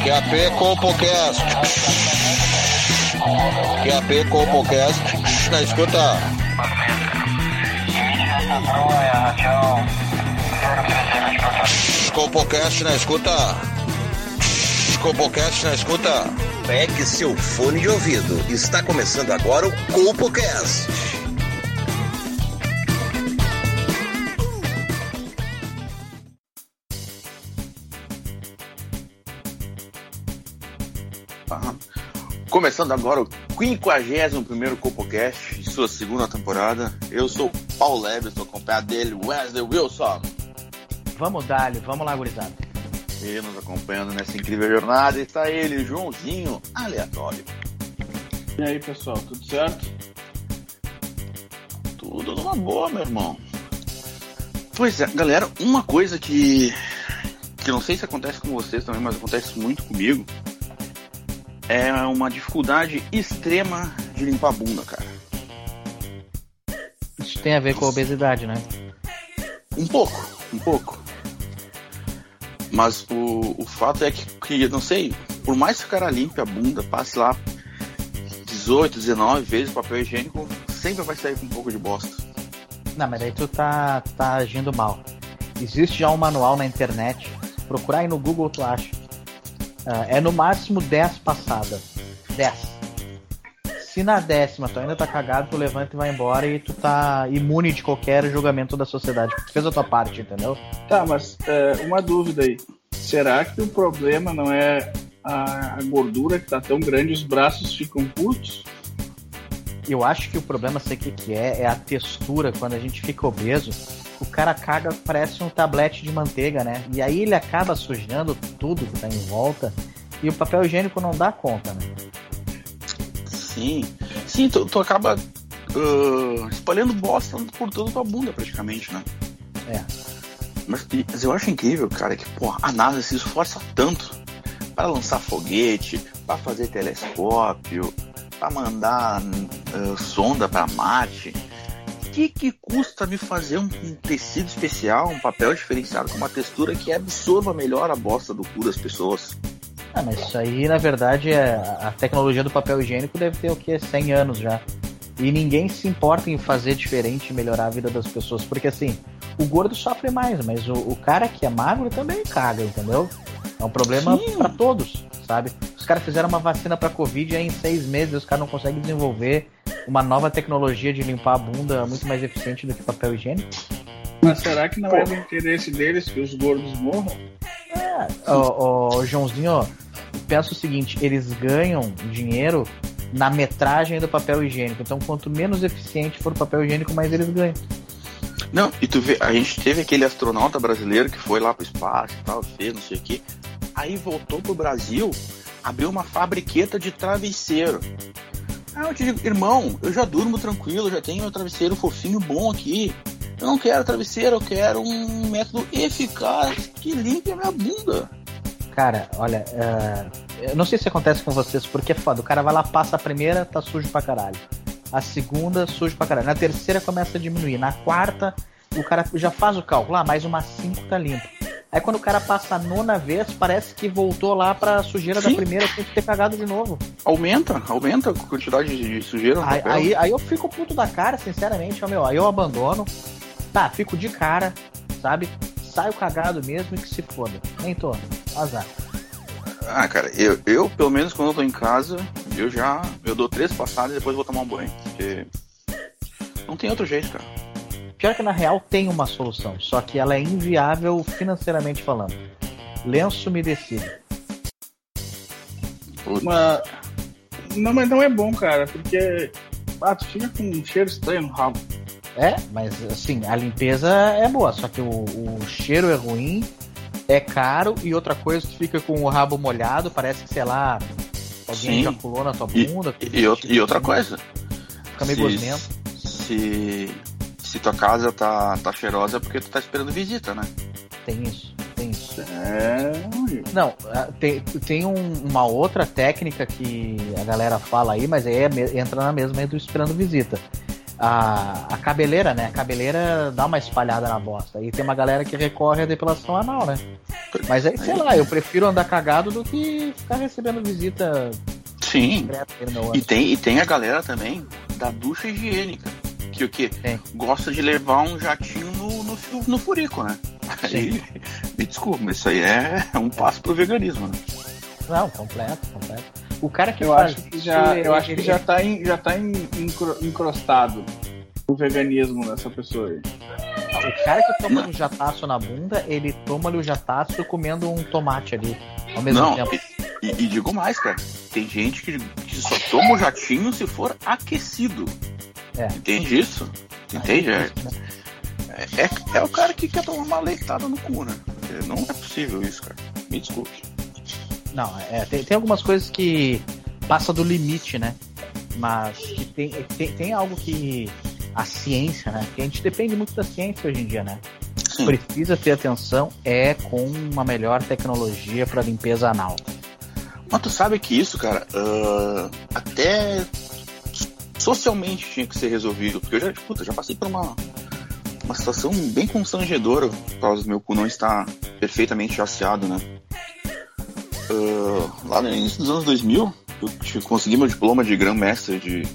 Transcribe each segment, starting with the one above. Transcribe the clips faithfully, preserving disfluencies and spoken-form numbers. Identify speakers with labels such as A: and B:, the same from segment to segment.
A: Q A P Compocast. Q A P Compocast. Na escuta. Compocast na escuta. Compocast na escuta.
B: Pegue seu fone de ouvido. Está começando agora o Compocast.
C: Começando agora o quinquagésimo primeiro Compocast de sua segunda temporada. Eu sou o Paulo Leves, estou acompanhado dele, Wesley Wilson.
D: Vamos dar-lhe, vamos lá, gurizada.
C: E nos acompanhando nessa incrível jornada está ele, Joãozinho Aleatório.
E: E aí, pessoal, tudo certo?
C: Tudo numa boa, meu irmão. Pois é, galera, uma coisa que que não sei se acontece com vocês também, mas acontece muito comigo, é uma dificuldade extrema de limpar a bunda, cara.
D: Isso tem a ver com a obesidade, né?
C: Um pouco, um pouco. Mas o, o fato é que, que, não sei, por mais que o cara limpe a bunda, passe lá dezoito, dezenove vezes papel higiênico, sempre vai sair com um pouco de bosta.
D: Não, mas aí tu tá, tá agindo mal. Existe já um manual na internet, procurar aí no Google tu acha. Uh, é no máximo dez passadas. dez. Se na décima tu ainda tá cagado, tu levanta e vai embora e tu tá imune de qualquer julgamento da sociedade. Tu fez a tua parte, entendeu?
E: Tá, mas é, uma dúvida aí. Será que o problema não é a, a gordura que tá tão grande e os braços ficam curtos?
D: Eu acho que o problema, sei o que, que é, é a textura. Quando a gente fica obeso, o cara caga, parece um tablete de manteiga, né? E aí ele acaba sujando tudo que tá em volta e o papel higiênico não dá conta, né?
C: Sim, sim, tu, tu acaba uh, espalhando bosta por toda a tua bunda praticamente, né?
D: É.
C: Mas, mas eu acho incrível, cara, que porra, a NASA se esforça tanto para lançar foguete, para fazer telescópio, para mandar uh, sonda para Marte. O que, que custa me fazer um, um tecido especial, um papel diferenciado com uma textura que absorva melhor a bosta do cu das pessoas?
D: Ah, mas isso aí, na verdade, é a tecnologia do papel higiênico deve ter o quê? cem anos já. E ninguém se importa em fazer diferente e melhorar a vida das pessoas. Porque assim, o gordo sofre mais, mas o, o cara que é magro também caga, entendeu? É um problema Sim. pra todos, sabe? Os caras fizeram uma vacina pra Covid e aí em seis meses os caras não conseguem desenvolver uma nova tecnologia de limpar a bunda muito mais eficiente do que papel higiênico.
E: Mas será que não Pô. é do interesse deles que os gordos morram?
D: É, ó, ó, Joãozinho, ó, pensa o seguinte, eles ganham dinheiro na metragem do papel higiênico. Então, quanto menos eficiente for o papel higiênico, mais eles ganham.
C: Não, e tu vê, a gente teve aquele astronauta brasileiro que foi lá pro espaço e tal, fez não sei o que, aí voltou pro Brasil, abriu uma fabriqueta de travesseiro. Ah, eu te digo, irmão, eu já durmo tranquilo, já tenho um travesseiro fofinho bom aqui. Eu não quero travesseiro, eu quero um método eficaz que limpe a minha bunda.
D: Cara, olha, uh, eu não sei se acontece com vocês, porque é foda. O cara vai lá, passa a primeira, tá sujo pra caralho. A segunda, sujo pra caralho. Na terceira começa a diminuir. Na quarta, o cara já faz o cálculo. Ah, mais umas cinco tá limpo. Aí quando o cara passa a nona vez, parece que voltou lá pra sujeira Sim. da primeira, tem que ter cagado de novo.
C: Aumenta, aumenta a quantidade de sujeira no
D: aí,
C: papel.
D: Aí, aí eu fico puto da cara, sinceramente, ó, meu, aí eu abandono. Tá, fico de cara, sabe? Saio cagado mesmo e que se foda. Nem tô, azar.
C: Ah, cara, eu, eu pelo menos quando eu tô em casa, eu já, eu dou três passadas e depois vou tomar um banho. Porque não tem outro jeito, cara.
D: Pior que na real tem uma solução, só que ela é inviável financeiramente falando. Lenço umedecido.
E: Mas... Não, mas não é bom, cara, porque ah, tu fica com um cheiro estranho no rabo.
D: É, mas assim, a limpeza é boa, só que o, o cheiro é ruim, é caro e outra coisa, tu fica com o rabo molhado, parece que, sei lá, alguém ejaculou na tua bunda.
C: E, e, e, e outra coisa,
D: fica meio gosmento.
C: Se, se tua casa tá, tá cheirosa é porque tu tá esperando visita, né?
D: Tem isso, tem isso.
E: É...
D: Não, tem, tem um, uma outra técnica que a galera fala aí, mas aí é, entra na mesma aí do esperando visita. a, a cabeleira, né? A cabeleira dá uma espalhada na bosta. E tem uma galera que recorre à depilação anal, né? Mas aí, sei lá, eu prefiro andar cagado do que ficar recebendo visita.
C: Sim. E tem, e tem a galera também da ducha higiênica. Que o quê?
D: Tem.
C: Gosta de levar um jatinho no, no, no furico, né? Aí, me desculpa, mas isso aí é um passo pro veganismo, né?
D: Não, completo, completo. O cara que
E: eu
D: faz
E: acho que já,
D: isso,
E: eu acho
D: ele-
E: que já tá, em, já tá em, encro- encrostado o veganismo nessa pessoa aí.
D: O cara que toma um jataço na bunda, ele toma-lhe o jataço comendo um tomate ali ao mesmo
C: Não,
D: tempo.
C: e, e digo mais, cara. Tem gente que, que só toma o jatinho se for aquecido.
D: É.
C: Entende isso? Entende? É, é, é, é o cara que quer tomar uma leitada no cu, né? Não é possível isso, cara. Me desculpe.
D: Não, é, tem, tem algumas coisas que passa do limite, né? Mas que tem, tem, tem algo que a ciência, né? Que a gente depende muito da ciência hoje em dia, né?
C: Sim.
D: Precisa ter atenção é com uma melhor tecnologia para limpeza anal.
C: Mas tu sabe que isso, cara, uh, até socialmente tinha que ser resolvido. Porque eu já, puta, já passei por uma, uma situação bem constrangedora por causa do meu cu não estar perfeitamente aciado, né? Uh, lá no início dos anos dois mil, eu consegui meu diploma de grão-mestre de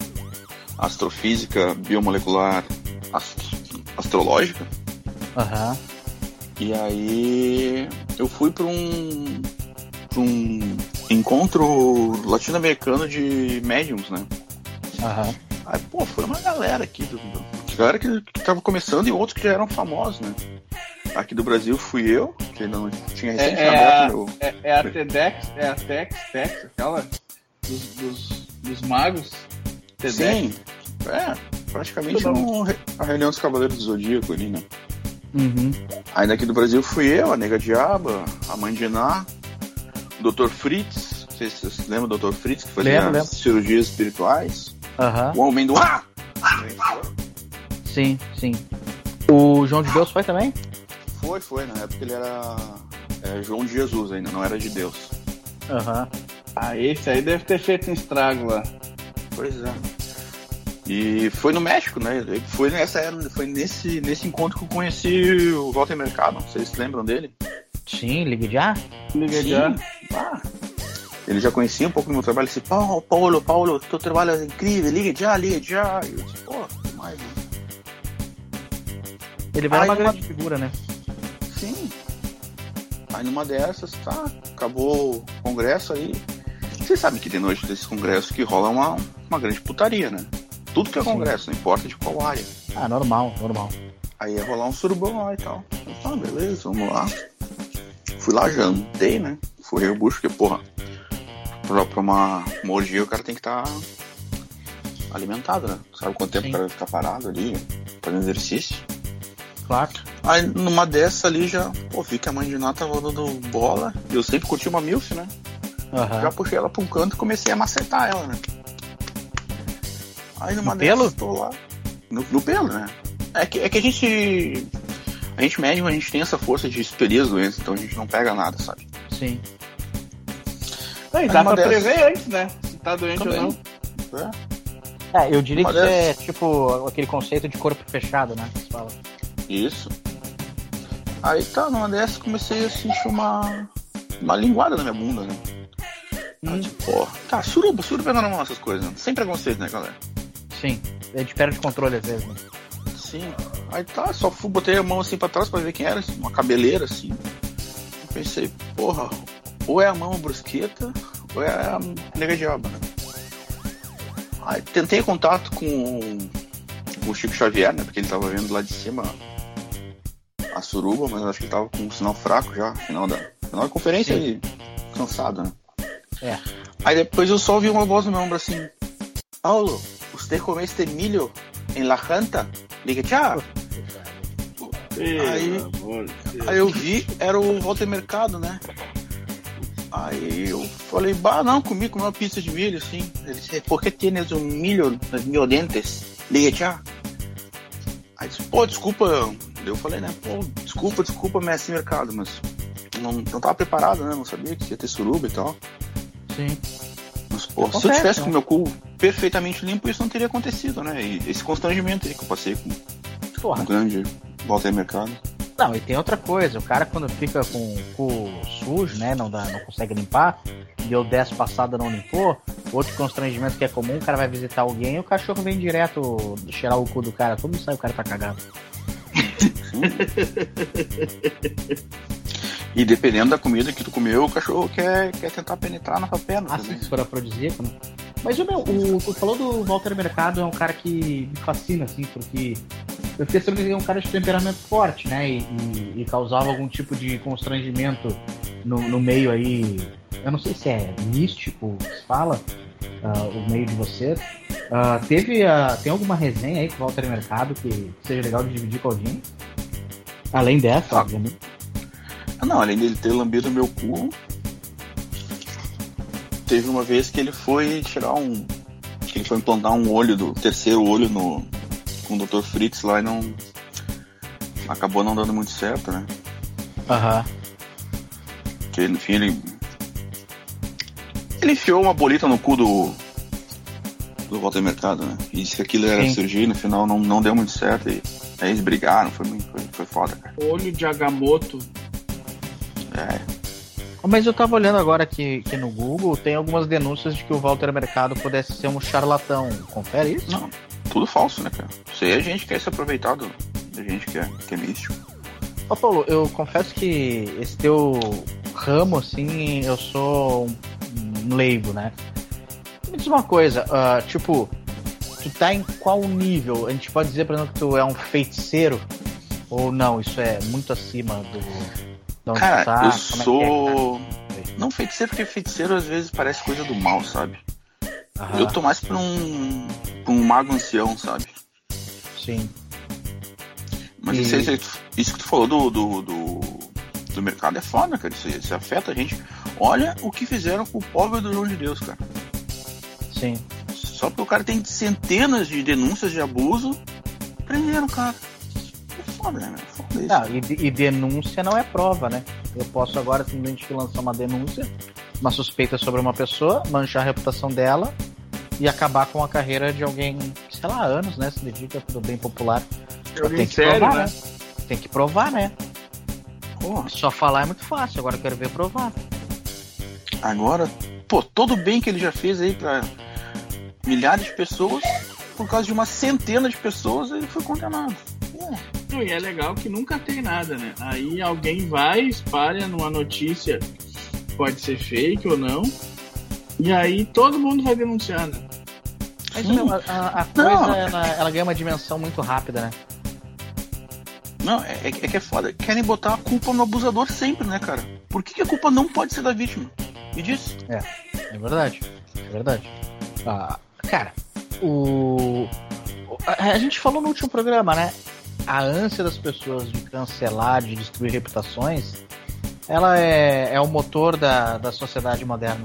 C: astrofísica biomolecular ast- astrológica.
D: Aham.
C: E aí eu fui para um, pra um encontro latino-americano de médiums, né?
D: Aham.
C: Aí, pô, foi uma galera aqui, do, do, galera que, que tava começando e outros que já eram famosos, né? Aqui do Brasil fui eu, que ainda não tinha recente
E: É, é,
C: aberto
E: a,
C: meu...
E: é, é a TEDx, é a Tex, Tex, aquela dos, dos, dos magos. TEDx.
C: Sim, é, praticamente um, a reunião dos Cavaleiros do Zodíaco ali, né?
D: Uhum.
C: Aí daqui do Brasil fui eu, a Nega Diaba, a Mãe de Ná, o doutor Fritz, não sei se vocês lembram do doutor Fritz, que fazia
D: Lembro,
C: as cirurgias espirituais,
D: Aham.
C: o Homem do Ah!
D: Sim, sim. O João de Deus foi também?
C: Foi, foi, na época ele era é, João de Jesus ainda, não era de Deus.
D: Aham.
E: Ah, esse aí deve ter feito um estrago lá.
C: Pois é. E foi no México, né? Foi, nessa, foi nesse, nesse encontro que eu conheci o Walter Mercado, vocês se lembram dele?
D: Sim, ligue já?
E: Liga
C: Sim.
E: já.
C: Ah, ele já conhecia um pouco do meu trabalho, ele disse, Paulo, Paulo, Paulo, teu trabalho é incrível, liga já, liga já. E eu disse, pô, demais, mano.
D: Ele vai
C: Aí
D: uma
C: uma-
D: grande figura, né?
C: Sim. Aí numa dessas, tá, acabou o congresso aí. Vocês sabem que de noite desse congresso que rola uma, uma grande putaria, né? Tudo que é
D: Sim.
C: congresso, não importa de qual área.
D: Ah, normal, normal.
C: Aí ia rolar um surubão lá e tal. Eu, tá, beleza, vamos lá. Fui lá, jantei, né? Furrei o bucho, porque, porra, pra, pra uma, uma orgia o cara tem que estar tá alimentado, né? Sabe quanto tempo
D: Sim.
C: o cara vai ficar parado ali, fazendo exercício?
D: Claro.
C: Aí numa dessa ali já, pô, vi que a Mãe de Ná tava dando bola. E eu sempre curti uma milf, né?
D: Aham.
C: Já puxei ela pra um canto e comecei a macetar ela, né? Aí numa
D: No
C: dessas,
D: pelo?
C: tô lá. No, no pelo, né? É que, é que a gente. A gente médico, a gente tem essa força de expelir as doenças, então a gente não pega nada, sabe?
D: Sim.
E: Não, e
C: Aí
E: dá
C: uma
E: pra
C: dessas-
E: prever antes, né? Se tá doente
C: Também.
E: ou não.
C: É.
D: É, eu diria
C: Uma
D: que isso é
C: dessas.
D: tipo aquele conceito de corpo fechado, né? Que se fala.
C: Isso. Aí tá, numa dessas comecei a sentir uma. Uma linguada na minha bunda, né? Aí,
D: Hum.
C: tipo, pô, tá, suruba, suruba é normal essas coisas, né? Sem preconceito, né, galera?
D: Sim. A gente perde o controle às vezes, né?
C: Sim. Aí tá, só fui, botei a mão assim pra trás pra ver quem era, assim, uma cabeleira assim. Eu pensei, porra, ou é a mão brusqueta, ou é a Nega Diaba, né? Aí tentei contato com, com o Chico Xavier, né? Porque ele tava vendo lá de cima a suruba, mas acho que ele tava com um sinal fraco já, final da, final da conferência
D: Sim.
C: aí, cansado, né?
D: É.
C: Aí depois eu só ouvi uma voz no meu ombro assim, Paulo, você comeste milho em la janta? Liga, tchau. Aí-
E: Pelo amor de Deus.
C: Aí eu vi, era o Walter Mercado, né? Aí eu falei, bah, não, comi, comi uma pizza de milho, assim. Ele disse, por que tienes um milho nos meus dentes? Liga, tchau. Aí disse, pô, desculpa. Eu falei, né, pô, desculpa, desculpa, mestre Mercado, mas não, não tava preparado, né? Não sabia que ia ter suruba e tal.
D: Sim.
C: Mas, pô, se eu
D: Acontece,
C: tivesse
D: né?
C: com o meu cu perfeitamente limpo, isso não teria acontecido, né? E esse constrangimento aí que eu passei com, com o grande Walter Mercado.
D: Não, e tem outra coisa, o cara quando fica com o cu sujo, né, não, dá, não consegue limpar, deu dez passadas não limpou, outro constrangimento que é comum, o cara vai visitar alguém e o cachorro vem direto cheirar o cu do cara, todo mundo sabe que o cara tá cagado.
C: E dependendo da comida que tu comeu, o cachorro quer, quer tentar penetrar na tua perna.
D: Ah, sim, se for afrodisíaco, né? Mas o meu, o, tu falou do Walter Mercado, é um cara que me fascina, assim, porque eu fiquei sabendo que ele é um cara de temperamento forte, né? E, e, e causava algum tipo de constrangimento no, no meio aí. Eu não sei se é místico que se fala, uh, o meio de vocês. Uh, teve, uh, tem alguma resenha aí com o Walter Mercado que, que seja legal de dividir com alguém? Além dessa,
C: ah.
D: obviamente.
C: Não, além dele ter lambido meu cu, teve uma vez que ele foi tirar um. Que ele foi implantar um olho do terceiro olho no, com o doutor Fritz lá e não. Acabou não dando muito certo, né?
D: Aham.
C: Porque no fim ele. Ele enfiou uma bolita no cu do. Do Walter Mercado, né? E disse que aquilo era
D: Sim.
C: cirurgia e no final não, não deu muito certo. E aí eles brigaram, foi, muito, foi, foi foda, cara.
E: Olho de Agamotto.
C: É.
D: Mas eu tava olhando agora aqui, aqui no Google, tem algumas denúncias de que o Walter Mercado pudesse ser um charlatão. Confere isso?
C: Não, tudo falso, né, cara? Isso aí a gente quer se aproveitar do, da gente que é, que é místico.
D: Ô Paulo, eu confesso que esse teu ramo, assim, eu sou um leigo, né? Me diz uma coisa, uh, tipo, tu tá em qual nível? A gente pode dizer, por exemplo, que tu é um feiticeiro? Ou não, isso é muito acima do...
C: Cara,
D: tá,
C: eu
D: É
C: sou...
D: é,
C: não feiticeiro, porque feiticeiro às vezes parece coisa do mal, sabe?
D: Aham.
C: Eu tô mais pra um, pra um mago ancião, sabe?
D: Sim.
C: Mas
D: E...
C: isso, aí, isso que tu falou do, do, do, do mercado é foda, cara. Isso, isso afeta a gente. Olha o que fizeram com o pobre do João de Deus, cara.
D: Sim.
C: Só porque o cara tem centenas de denúncias de abuso, prenderam o cara. É foda, né? É foda isso.
D: Não, e, e denúncia não é prova, né? Eu posso agora simplesmente lançar uma denúncia, uma suspeita sobre uma pessoa, manchar a reputação dela e acabar com a carreira de alguém, sei lá, anos, né? Se dedica pro bem popular.
E: Alguém
D: Tem que
E: sério,
D: provar,
E: né?
D: né? Tem que provar, né?
C: Porra.
D: Só falar é muito fácil, agora eu quero ver provar.
C: Agora, pô, todo o bem que ele já fez aí pra milhares de pessoas, por causa de uma centena de pessoas, ele foi condenado. É.
E: Não, e é legal que nunca tem nada, né? Aí alguém vai, espalha numa notícia, pode ser fake ou não, e aí todo mundo vai denunciar, né?
D: Mas
C: Sim.
D: meu, a, a- a coisa,
C: Não.
D: ela, ela ganha uma dimensão muito rápida, né?
C: Não, é, é que é foda. Querem botar a culpa no abusador sempre, né, cara? Por que, que a culpa não pode ser da vítima? Me diz.
D: É, é verdade. É verdade. Ah, cara, o... A, a gente falou no último programa, né? A ânsia das pessoas de cancelar, de destruir reputações, ela é, é o motor da, da sociedade moderna.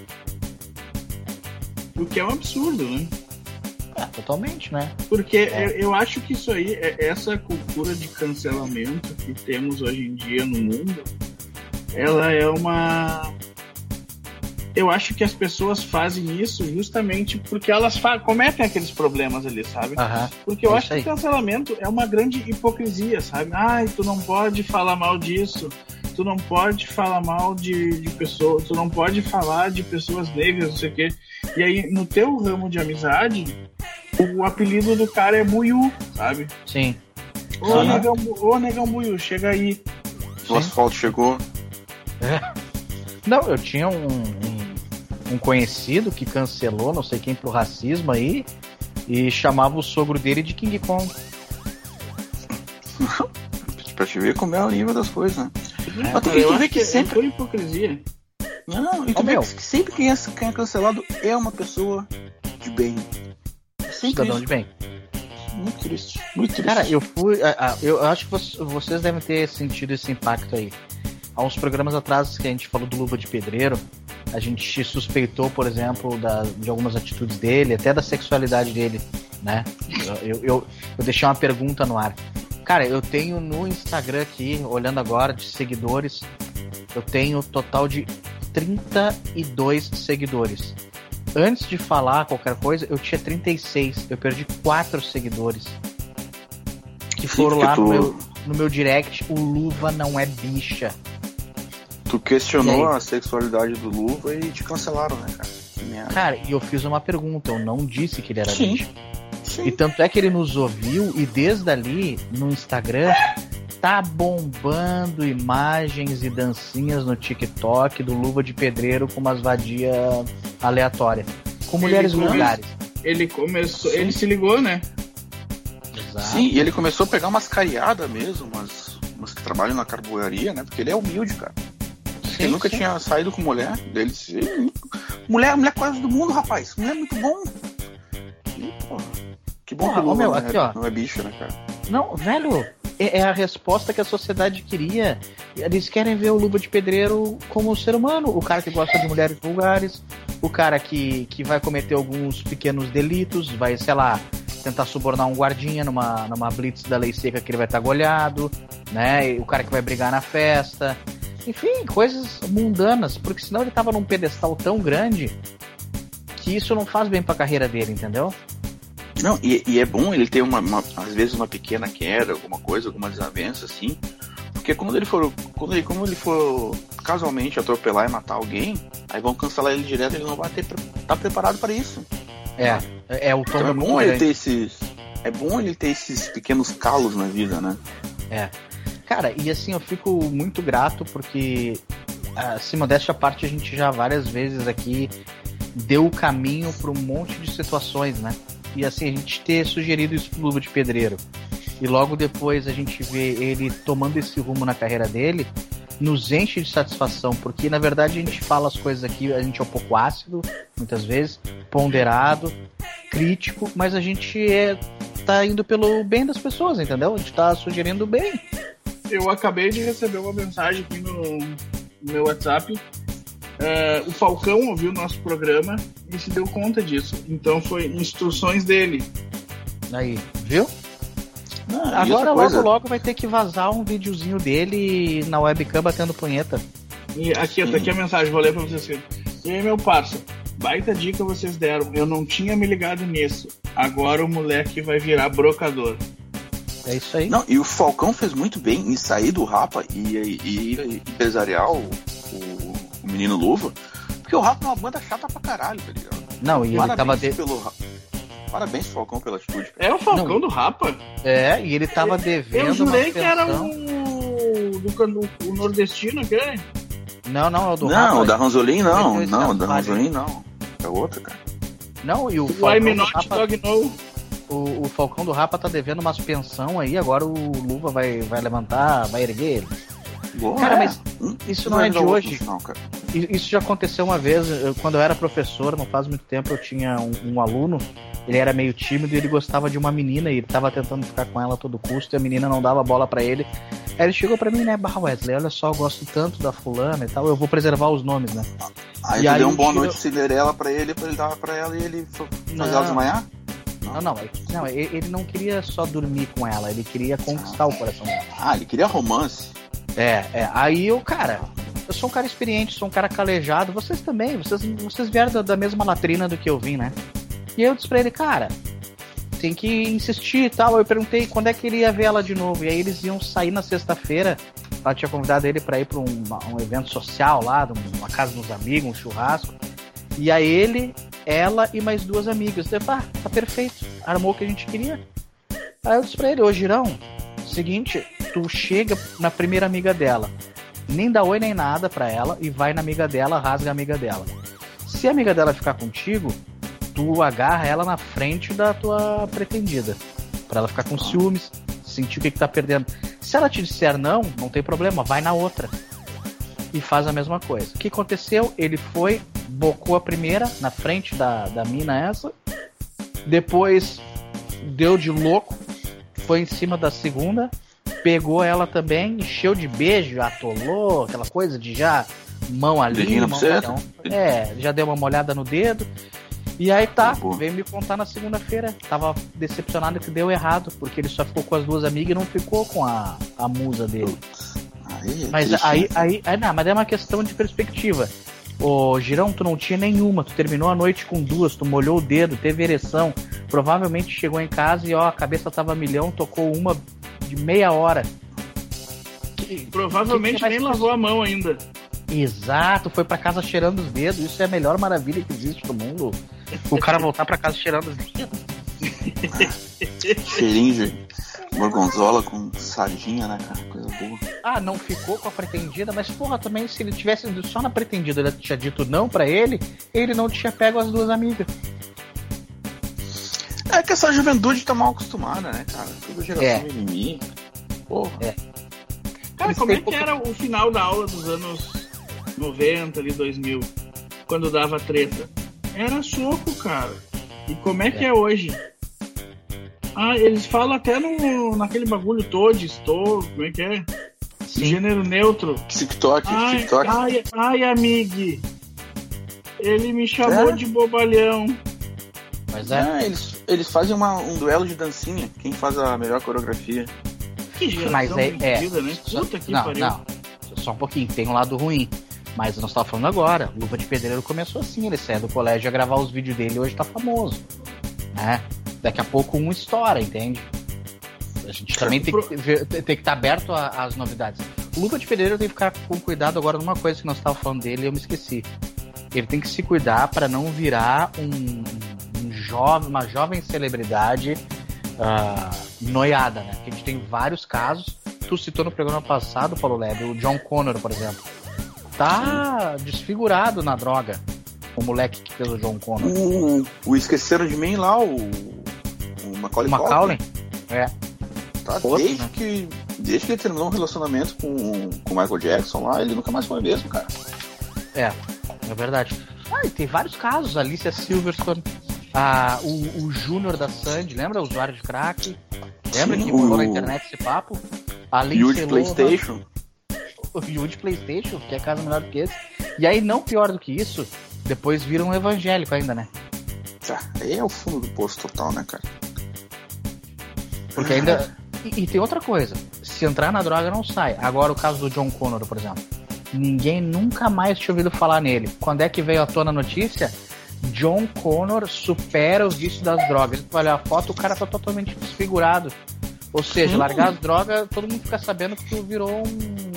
E: O que é um absurdo, né?
D: É, totalmente, né?
E: Porque
D: É.
E: eu, eu acho que isso aí, é- essa cultura de cancelamento que temos hoje em dia no mundo, ela é uma... Eu acho que as pessoas fazem isso justamente porque elas fa- cometem aqueles problemas ali, sabe?
D: Aham.
E: Porque eu
D: É
E: acho
D: isso aí.
E: que o cancelamento é uma grande hipocrisia, sabe? Ai, tu não pode falar mal disso, tu não pode falar mal de, de pessoas, tu não pode falar de pessoas negras, não sei o quê. E aí, no teu ramo de amizade, o apelido do cara é Buiú, sabe?
D: Sim.
E: Ô,
C: Aham.
E: negão, Bu- ô negão Buiú, chega aí.
C: O asfalto chegou.
D: Não, eu tinha um, um, um conhecido que cancelou não sei quem pro racismo aí e chamava o sogro dele de King Kong.
C: Pra te ver como é o nível das coisas, né?
E: É,
C: Mas tu,
E: cara,
C: e
E: eu
C: tu
E: acho
C: vê
E: que
C: que
E: é
C: sempre.
E: pura hipocrisia.
C: Não, e tu
D: Ô,
C: vê
D: meu.
C: que sempre quem é, quem é cancelado é uma pessoa de bem. É sempre
D: Cidadão
C: isso.
D: de bem.
C: Muito triste. Muito triste.
D: Cara, eu fui. a- a- Eu acho que vo- vocês devem ter sentido esse impacto aí. Há uns programas atrás que a gente falou do Luva de Pedreiro, a gente suspeitou, por exemplo, da- de algumas atitudes dele, até da sexualidade dele, né? Eu, eu, eu, eu deixei uma pergunta no ar. Cara, eu tenho no Instagram aqui, olhando agora, de seguidores, eu tenho total de trinta e dois seguidores. antes de falar qualquer coisa, eu tinha trinta e seis. Eu perdi quatro seguidores. Que foram
C: Sim,
D: lá
C: tu...
D: no, meu, no meu direct. O Luva não é bicha.
C: Tu questionou a sexualidade do Luva e te cancelaram, né, cara?
D: Cara, e eu fiz uma pergunta. Eu não disse que ele era
C: Sim.
D: bicha.
C: Sim.
D: E tanto é que ele nos ouviu. E desde ali, no Instagram, tá bombando imagens e dancinhas no TikTok do Luva de Pedreiro com umas vadias aleatórias. Com mulheres
E: come...
D: vulgares.
E: Ele começou. Ele se ligou, né?
D: Exato.
C: Sim, e ele começou a pegar umas cariadas mesmo, umas, umas que trabalham na carboaria, né? Porque ele é humilde, cara.
D: Sim,
C: ele nunca
D: sim.
C: tinha saído com mulher. Ele disse, mulher, mulher quase do mundo, rapaz. Mulher é muito bom. E, porra, que bom
D: Porra,
C: que o Luva
D: ó, meu,
C: não,
D: aqui,
C: é,
D: ó.
C: não é bicho, né, cara?
D: Não, velho, é, é a resposta que a sociedade queria. Eles querem ver o Luva de Pedreiro como um ser humano. O cara que gosta de mulheres vulgares, o cara que, que vai cometer alguns pequenos delitos, vai, sei lá, tentar subornar um guardinha numa, numa blitz da lei seca que ele vai estar golhado, né? E o cara que vai brigar na festa. Enfim, coisas mundanas, porque senão ele tava num pedestal tão grande que isso não faz bem pra carreira dele, entendeu?
C: Não, e, e é bom ele ter uma, uma, às vezes uma pequena queda, alguma coisa, alguma desavença, assim, porque quando ele for, quando ele, quando ele for casualmente atropelar e matar alguém, aí vão cancelar ele direto, ele não vai ter, tá preparado para isso.
D: É, é o tom
C: Então é
D: muito
C: bom ele
D: grande.
C: ter esses, é bom ele ter esses pequenos calos na vida, né?
D: É. Cara, e assim, eu fico muito grato porque, assim, modéstia à parte, a gente já várias vezes aqui deu o caminho para um monte de situações, né? E assim, a gente ter sugerido isso pro Luva de Pedreiro e logo depois a gente vê ele tomando esse rumo na carreira dele, nos enche de satisfação, porque na verdade a gente fala as coisas aqui, a gente é um pouco ácido, muitas vezes, ponderado, crítico, mas a gente é, tá indo pelo bem das pessoas, entendeu? A gente tá sugerindo o bem.
E: Eu acabei de receber uma mensagem aqui no, no meu WhatsApp. Uh, o Falcão ouviu o nosso programa e se deu conta disso. Então foi instruções dele.
D: Aí, viu?
C: Ah,
D: Agora logo
C: coisa...
D: logo vai ter que vazar um videozinho dele na webcam batendo punheta.
E: E aqui, tá aqui a mensagem, vou ler pra vocês. E aí, meu parça, baita dica vocês deram. Eu não tinha me ligado nisso. Agora o moleque vai virar brocador.
D: É isso aí.
C: Não, e o Falcão fez muito bem em sair do Rapa e, e, e empresarial o, o, o menino Luva, porque o Rapa é uma banda chata pra caralho, tá ligado?
D: Não, e
C: Parabéns
D: ele tava de...
C: pelo Parabéns, Falcão, pela atitude. Cara.
E: É o Falcão
D: Não.
E: do Rapa?
D: É, e ele tava devendo.
E: Eu jurei
D: uma
E: que era
D: pensão.
E: o... Do, o nordestino, aquele.
D: Não, não, é o do
C: Não,
D: Rafa.
C: o da Ranzolin não,
D: Ele
C: não, o
D: fez
C: da
D: essa
C: Ranzolin não. É outro, cara.
D: Não, e o
E: O
D: Falcão
E: I'm
D: do
E: Not
D: Rapa,
E: Dog No.
D: o, o Falcão do Rapa tá devendo umas pensão aí, agora o Luva vai, vai levantar, vai erguer ele.
C: Boa,
D: Cara,
C: é.
D: mas isso não
C: vai
D: é de
C: dar outro
D: hoje.
C: no final, cara.
D: I- Isso já aconteceu uma vez, eu- quando eu era professor, não faz muito tempo, eu tinha um, um aluno, ele era meio tímido e ele gostava de uma menina e ele tava tentando ficar com ela a todo custo e a menina não dava bola pra ele. Aí ele chegou pra mim, né, bah, Wesley, olha só, eu gosto tanto da fulana e tal, eu vou preservar os nomes, né?
C: Aí
D: E
C: tu
D: aí
C: deu um
D: o
C: boa
D: tiro-
C: noite Cinderela pra ele, pra ele dar pra ela e ele fa- fazer
D: Não.
C: ela desmaiar?
D: Não, não, é que- não, e- ele não queria só dormir com ela, ele queria conquistar o coração dela.
C: Ah, ele queria romance.
D: É, é, aí eu, cara, eu sou um cara experiente, sou um cara calejado, vocês também, vocês, vocês vieram da, da mesma latrina do que eu vim, né? E aí eu disse pra ele, cara, tem que insistir e tal. Eu perguntei quando é que ele ia ver ela de novo. E aí eles iam sair na sexta-feira. Ela tinha convidado ele pra ir pra um, um evento social lá, uma casa dos amigos, um churrasco. E aí ele, ela e mais duas amigas. Eu falei, ah, tá perfeito, armou o que a gente queria. Aí eu disse pra ele, ô Girão, seguinte, tu chega na primeira amiga dela, nem dá oi nem nada pra ela, e vai na amiga dela, rasga a amiga dela. Se a amiga dela ficar contigo, tu agarra ela na frente da tua pretendida, pra ela ficar com ciúmes, sentir o que que tá perdendo. Se ela te disser não, não tem problema, vai na outra e faz a mesma coisa. O que aconteceu? Ele foi, bocou a primeira na frente da, da mina essa, depois deu de louco, foi em cima da segunda, pegou ela também, encheu de beijo, atolou, aquela coisa de já mão ali,
C: Dedinho
D: mão
C: no
D: no
C: buceta.
D: chão. É, já deu uma molhada no dedo. E aí tá,
C: Boa.
D: veio me contar na segunda-feira. Tava decepcionado que deu errado, porque ele só ficou com as duas amigas e não ficou com a, a musa dele.
C: Aí, é
D: Mas
C: triste,
D: aí,
C: né?
D: aí, aí, não, mas é uma questão de perspectiva. Ô, Girão, tu não tinha nenhuma, tu terminou a noite com duas, tu molhou o dedo, teve ereção, provavelmente chegou em casa e ó, a cabeça tava a milhão, tocou uma de meia hora.
E: Que, provavelmente que que nem lavou a mão ainda.
D: Exato, foi pra casa cheirando os dedos, isso é a melhor maravilha que existe no mundo. O cara voltar pra casa cheirando os dedos.
C: Cheirinho de gorgonzola com sardinha, né, cara? Coisa boa.
D: Ah, não ficou com a pretendida, mas porra, também se ele tivesse ido só na pretendida, ele tinha dito não pra ele, ele não tinha pego as duas amigas.
C: É que essa juventude tá mal acostumada, né, cara? Toda geração
D: É.
C: mimimi. Porra.
D: É.
E: Cara, como é que era o final da aula dos anos noventa, ali, dois mil, quando dava treta? Era soco, cara. E como é que é, é hoje? Ah, eles falam até no, naquele bagulho todo, estou, como é que é?
D: Sim.
E: Gênero neutro.
C: TikTok,
E: Ai,
C: TikTok.
E: ai, ai, amigue. Ele me chamou
C: É?
E: de bobalhão.
D: Mas é.
C: É, eles, eles fazem uma, um duelo de dancinha. Quem faz a melhor coreografia?
E: Que geração
D: Mas é, é.
E: vendida, né? Puta que
D: não,
E: pariu.
D: não. Só um pouquinho, tem um lado ruim. Mas nós estamos falando agora. Luva de Pedreiro começou assim, ele saiu do colégio a gravar os vídeos dele e hoje tá famoso. Né? Daqui a pouco um estoura, entende? A gente também tem que ver- tem que estar aberto a- às novidades. O Luva de Pedreiro tem que ficar com cuidado agora numa coisa que nós estávamos falando dele e eu me esqueci. Ele tem que se cuidar para não virar um, um jovem, uma jovem celebridade ah, noiada, né? Porque a gente tem vários casos. Tu citou no programa passado, Paulo Lebe, o John Connor, por exemplo. Tá desfigurado na droga. O moleque que fez o John Connor.
C: O, o Esqueceram de Mim lá, o, o Macaulay
D: O Macaulay? É.
C: Tá,
D: Outro,
C: desde,
D: né?
C: que, desde que ele terminou um relacionamento com com o Michael Jackson lá, ele nunca mais foi mesmo, cara.
D: É, é verdade. Ah, e tem vários casos. Alicia Silverstone, a, o, o Júnior da Sandy, lembra? O usuário de crack. Lembra
C: Sim,
D: que rolou
C: o-
D: na internet esse papo? A
C: E o
D: Lindsay
C: de
D: Lohan,
C: PlayStation.
D: o Yu de PlayStation, que é caso melhor do que esse. E aí, não pior do que isso, depois vira um evangélico ainda, né?
C: Tá, aí é o fundo do poço total, né, cara?
D: Porque ainda. E, e tem outra coisa: se entrar na droga, não sai. Agora, o caso do John Connor, por exemplo. Ninguém nunca mais tinha ouvido falar nele. Quando é que veio à tona a notícia? John Connor supera o vício das drogas. Tu olha a foto, o cara tá totalmente desfigurado. Ou seja,
C: Hum.
D: largar as drogas, todo mundo fica sabendo que tu virou um.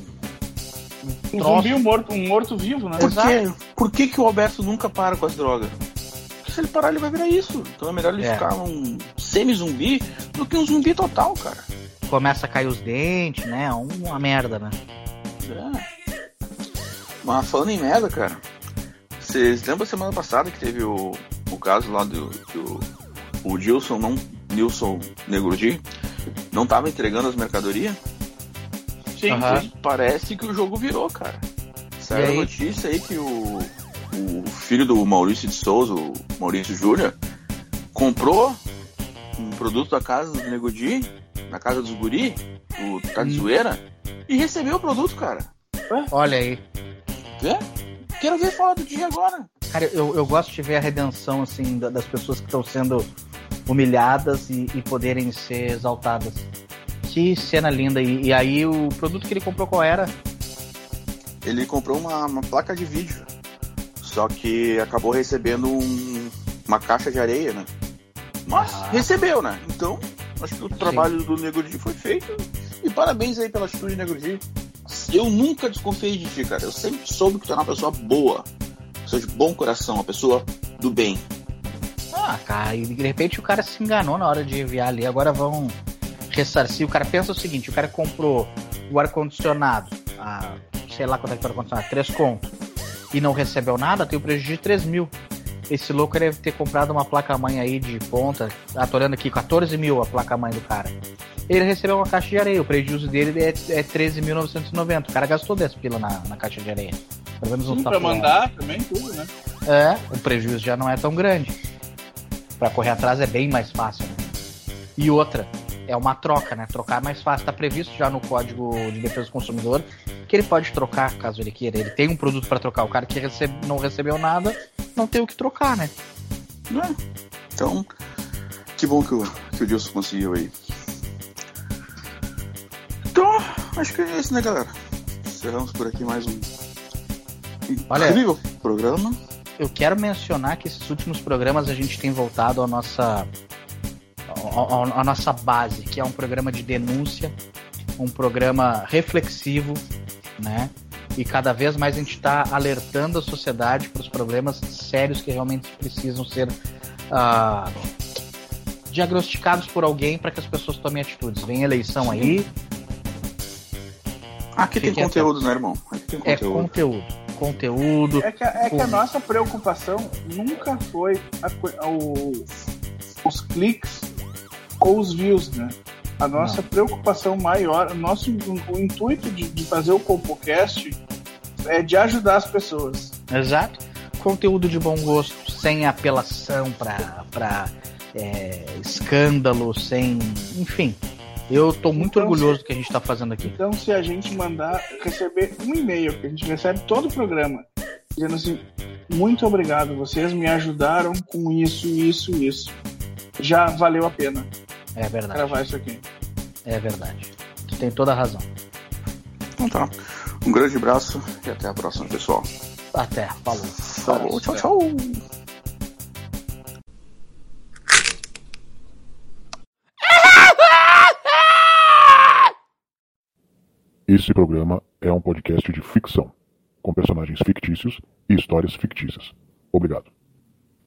E: Um
D: troço.
E: zumbi, um morto, um morto-vivo, né?
C: Por,
D: Exato.
C: quê? Por que, que o Alberto nunca para com as drogas? Porque se ele parar, ele vai virar isso. Então é melhor ele
D: É.
C: ficar um semi-zumbi do que um zumbi total, cara.
D: Começa a cair os dentes, né? Uma merda, né?
C: É. Mas falando em merda, cara, vocês lembram semana passada que teve o, o caso lá do que o, o Dilson, não, Nilson Negrudi, não tava entregando as mercadorias?
E: Sim,
D: Aham.
E: sim.
C: Parece que o jogo virou, cara. Saiu
D: E
C: a
D: aí?
C: notícia aí que o, o filho do Maurício de Souza, o Maurício Júnior, comprou um produto da casa do Negudi, na casa dos guri, o Tá de
D: Hum.
C: Zoeira, e recebeu o produto, cara.
D: Olha aí.
C: Quê? Quero ver falar do dia agora.
D: Cara, eu, eu gosto de ver a redenção, assim, da- das pessoas que estão sendo humilhadas e, e poderem ser exaltadas. Que cena linda. E, e aí, o produto que ele comprou qual era?
C: Ele comprou uma, uma placa de vídeo, só que acabou recebendo um- uma caixa de areia, né? Mas
D: Ah.
C: recebeu, né? Então, acho que o trabalho do Nego Di foi feito. E parabéns aí pela atitude, Nego Di. Eu nunca desconfiei de ti, cara. Eu sempre soube que tu era uma pessoa boa, uma pessoa de bom coração, uma pessoa do bem.
D: Ah, cara, e de repente o cara se enganou na hora de enviar ali. Agora vão ressarcir. O cara pensa o seguinte: o cara comprou o ar-condicionado, a, sei lá quanto é que foi o ar-condicionado, três conto, e não recebeu nada, tem o prejuízo de três mil. Esse louco deve ter comprado uma placa-mãe aí de ponta. Ah, tô olhando aqui, quatorze mil a placa-mãe do cara. Ele recebeu uma caixa de areia, o prejuízo dele é, é treze mil novecentos e noventa. O cara gastou dez pila na, na caixa de areia. Pelo menos
E: Sim,
D: um
E: pra
D: tapa-
E: mandar também, tudo, né?
D: É, o prejuízo já não é tão grande. Pra correr atrás é bem mais fácil, né? E outra, é uma troca, né? Trocar é mais fácil. Tá previsto já no Código de Defesa do Consumidor que ele pode trocar, caso ele queira. Ele tem um produto pra trocar. O cara que recebe, não recebeu nada, não tem o que trocar, né?
C: Né? Então, que bom que o, que o Dilson conseguiu aí. Então, acho que é isso, né, galera? Encerramos por aqui mais um
D: Olha,
C: incrível programa.
D: Eu quero mencionar que esses últimos programas a gente tem voltado à nossa, à, à nossa base, que é um programa de denúncia, um programa reflexivo, né? E cada vez mais a gente está alertando a sociedade para os problemas sérios que realmente precisam ser uh, diagnosticados por alguém para que as pessoas tomem atitudes. Vem eleição aí.
C: Aqui tem conteúdo, né, irmão? Aqui tem conteúdo.
D: É conteúdo. Conteúdo.
E: É que, é que a nossa preocupação nunca foi a, a, o, os cliques ou os views, né? A nossa Não. preocupação maior, o nosso o intuito de, de fazer o CopoCast é de ajudar as pessoas.
D: Exato. Conteúdo de bom gosto, sem apelação para é, escândalo, sem. Enfim. Eu tô muito então, orgulhoso se, do que a gente tá fazendo aqui.
E: Então, se a gente mandar receber um e-mail, que a gente recebe todo o programa, dizendo assim, muito obrigado, vocês me ajudaram com isso, isso, isso. Já valeu a pena.
D: É verdade.
E: Gravar isso aqui.
D: É verdade. Tu tem toda a razão.
C: Então tá. Um grande abraço e até a próxima, pessoal.
D: Até. Falou.
C: Falou. Tchau, tchau.
F: Esse programa é um podcast de ficção, com personagens fictícios e histórias fictícias. Obrigado.